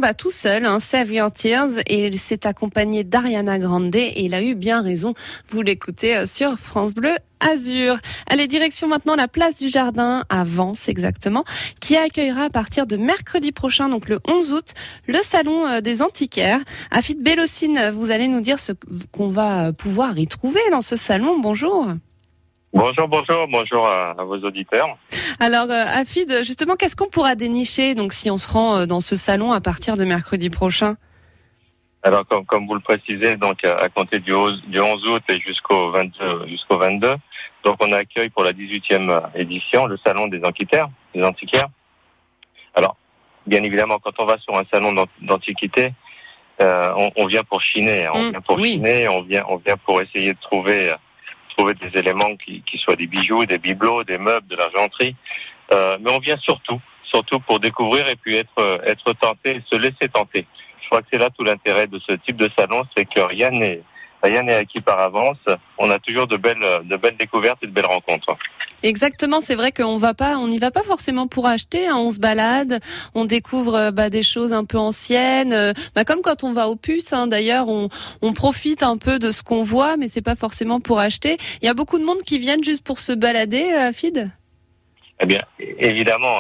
tout seul, Save Your Tears, et il s'est accompagné d'Ariana Grande, et il a eu bien raison. Vous l'écoutez sur France Bleu Azur. Allez, direction maintenant la place du Jardin, à Vence exactement, qui accueillera à partir de mercredi prochain, donc le 11 août, le salon des antiquaires. Afid Bellocine, vous allez nous dire ce qu'on va pouvoir y trouver dans ce salon. Bonjour. Bonjour à vos auditeurs. Alors, Afid, justement, qu'est-ce qu'on pourra dénicher donc si on se rend dans ce salon à partir de mercredi prochain? Alors, comme vous le précisez, donc à compter du 11 août et jusqu'au 22, donc on accueille pour la 18e édition le salon des antiquaires. Alors, bien évidemment, quand on va sur un salon d'antiquité, on vient pour chiner, chiner, on vient pour essayer de trouver des éléments qui soient des bijoux, des bibelots, des meubles, de l'argenterie. Mais on vient surtout pour découvrir et puis être tenté, se laisser tenter. Je crois que c'est là tout l'intérêt de ce type de salon, c'est que rien n'est acquis par avance. On a toujours de belles découvertes et de belles rencontres. Exactement, c'est vrai qu'on n'y va pas forcément pour acheter, on se balade, on découvre des choses un peu anciennes, comme quand on va aux puces, d'ailleurs, on profite un peu de ce qu'on voit, mais c'est pas forcément pour acheter. Il y a beaucoup de monde qui viennent juste pour se balader, Afid? Eh bien, évidemment,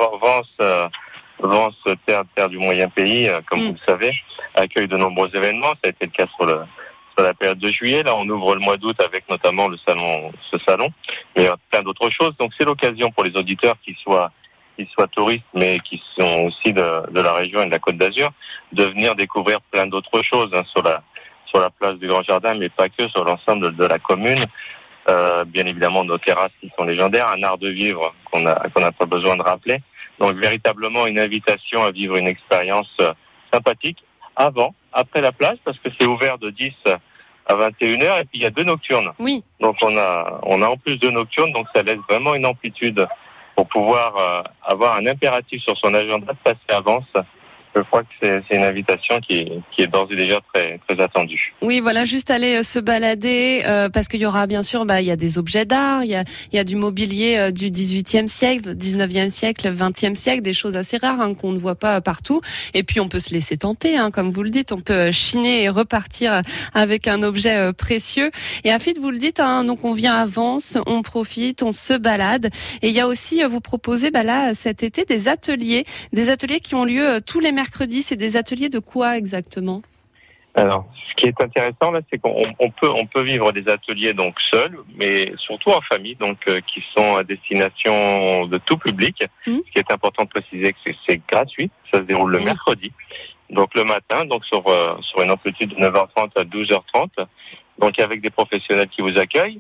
Vence, terre du moyen pays, comme vous le savez, accueille de nombreux événements. Ça a été le cas sur la période de juillet. Là, on ouvre le mois d'août avec notamment ce salon, mais plein d'autres choses. Donc, c'est l'occasion pour les auditeurs qui soient touristes, mais qui sont aussi de la région et de la Côte d'Azur, de venir découvrir plein d'autres choses sur la place du Grand Jardin, mais pas que, sur l'ensemble de la commune. Bien évidemment, nos terrasses qui sont légendaires, un art de vivre qu'on n'a pas besoin de rappeler. Donc, véritablement, une invitation à vivre une expérience sympathique après la place, parce que c'est ouvert de 10 à 21h, et puis il y a 2 nocturnes. Oui. Donc, on a en plus 2 nocturnes, donc ça laisse vraiment une amplitude pour pouvoir avoir un impératif sur son agenda de passer à Vence. Je crois que c'est une invitation qui est d'ores et déjà très, très attendue. Oui, voilà, juste aller se balader, parce qu'il y aura bien sûr, il y a des objets d'art, il y a du mobilier du 18e siècle, 19e siècle, 20e siècle, des choses assez rares qu'on ne voit pas partout. Et puis on peut se laisser tenter, comme vous le dites, on peut chiner et repartir avec un objet précieux. Et Afid, vous le dites, donc on vient à Vence, on profite, on se balade. Et il y a aussi, vous proposez là cet été des ateliers qui ont lieu tous les mercredis. C'est des ateliers de quoi exactement? Alors, ce qui est intéressant là, c'est qu'on peut vivre des ateliers donc seuls, mais surtout en famille, donc qui sont à destination de tout public. Ce qui est important de préciser que c'est gratuit. Ça se déroule le mercredi, donc le matin, donc sur une amplitude de 9h30 à 12h30. Donc avec des professionnels qui vous accueillent.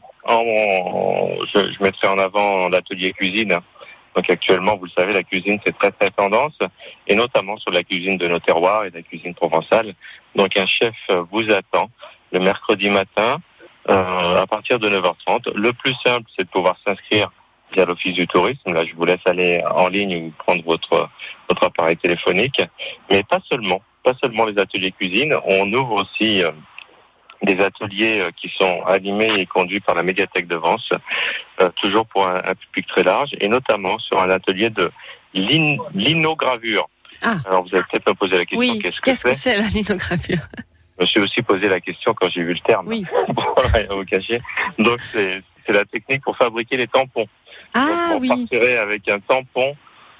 Je mettrai en avant l'atelier cuisine. Donc actuellement, vous le savez, la cuisine, c'est très très tendance, et notamment sur la cuisine de nos terroirs et la cuisine provençale. Donc un chef vous attend le mercredi matin à partir de 9h30. Le plus simple, c'est de pouvoir s'inscrire via l'Office du tourisme. Là, je vous laisse aller en ligne ou prendre votre appareil téléphonique. Mais pas seulement les ateliers cuisine. On ouvre aussi des ateliers qui sont animés et conduits par la médiathèque de Vence, toujours pour un public très large, et notamment sur un atelier de linogravure. Alors vous allez peut-être me poser la question, qu'est-ce que c'est la linogravure? Je me suis aussi posé la question quand j'ai vu le terme, pour rien vous cacher. Donc c'est la technique pour fabriquer les tampons. Donc, on partirait avec un tampon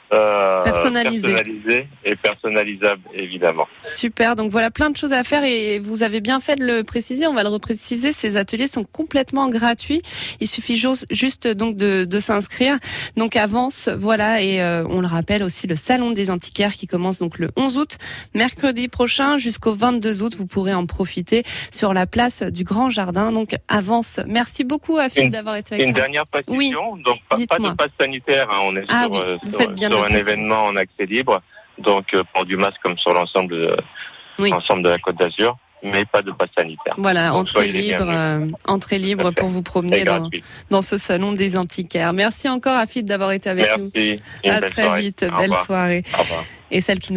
personnalisé et personnalisable, évidemment. Super, donc voilà plein de choses à faire, et vous avez bien fait de le préciser, on va le repréciser, ces ateliers sont complètement gratuits, il suffit juste donc de s'inscrire, donc à Vence, voilà, et on le rappelle aussi, le salon des antiquaires qui commence donc le 11 août, mercredi prochain jusqu'au 22 août, vous pourrez en profiter sur la place du Grand Jardin, donc à Vence. Merci beaucoup Afid d'avoir été avec nous. Une dernière précision, donc pas de passe sanitaire, on est sur un événement en accès libre, donc pour du masque comme sur l'ensemble de la Côte d'Azur, mais pas de passe sanitaire. Voilà, donc, entrée libre pour vous promener dans ce salon des antiquaires. Merci encore Afid d'avoir été avec nous. Merci. À très vite, belle soirée. Au revoir. Et celle qui